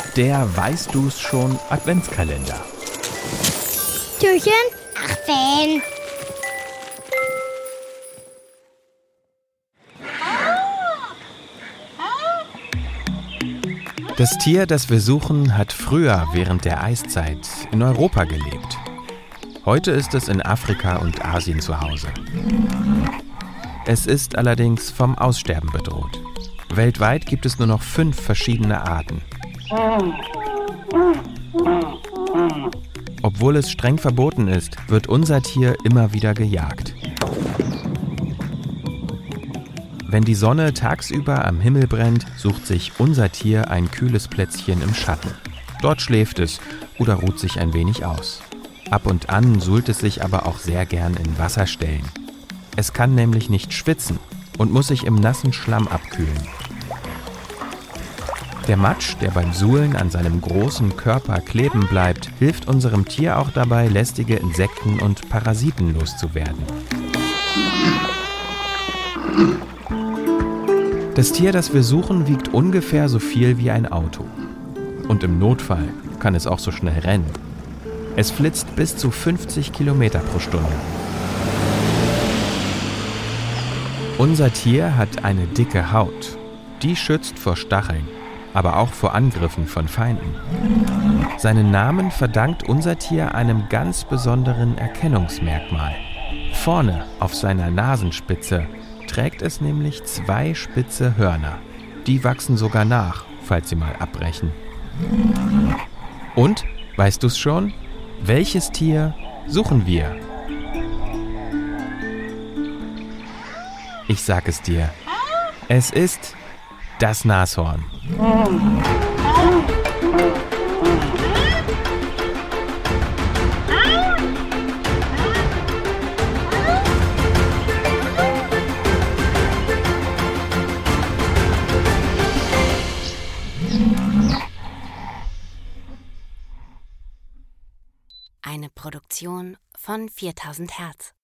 Der Weißt du's schon Adventskalender. Türchen 18. Das Tier, das wir suchen, hat früher während der Eiszeit in Europa gelebt. Heute ist es in Afrika und Asien zu Hause. Es ist allerdings vom Aussterben bedroht. Weltweit gibt es nur noch 5 verschiedene Arten. Obwohl es streng verboten ist, wird unser Tier immer wieder gejagt. Wenn die Sonne tagsüber am Himmel brennt, sucht sich unser Tier ein kühles Plätzchen im Schatten. Dort schläft es oder ruht sich ein wenig aus. Ab und an suhlt es sich aber auch sehr gern in Wasserstellen. Es kann nämlich nicht schwitzen und muss sich im nassen Schlamm abkühlen. Der Matsch, der beim Suhlen an seinem großen Körper kleben bleibt, hilft unserem Tier auch dabei, lästige Insekten und Parasiten loszuwerden. Das Tier, das wir suchen, wiegt ungefähr so viel wie ein Auto. Und im Notfall kann es auch so schnell rennen. Es flitzt bis zu 50 Kilometer pro Stunde. Unser Tier hat eine dicke Haut. Die schützt vor Stacheln, aber auch vor Angriffen von Feinden. Seinen Namen verdankt unser Tier einem ganz besonderen Erkennungsmerkmal. Vorne auf seiner Nasenspitze trägt es nämlich 2 spitze Hörner. Die wachsen sogar nach, falls sie mal abbrechen. Und, weißt du's schon? Welches Tier suchen wir? Ich sag es dir. Es ist das Nashorn. Eine Produktion von 4000 Hertz.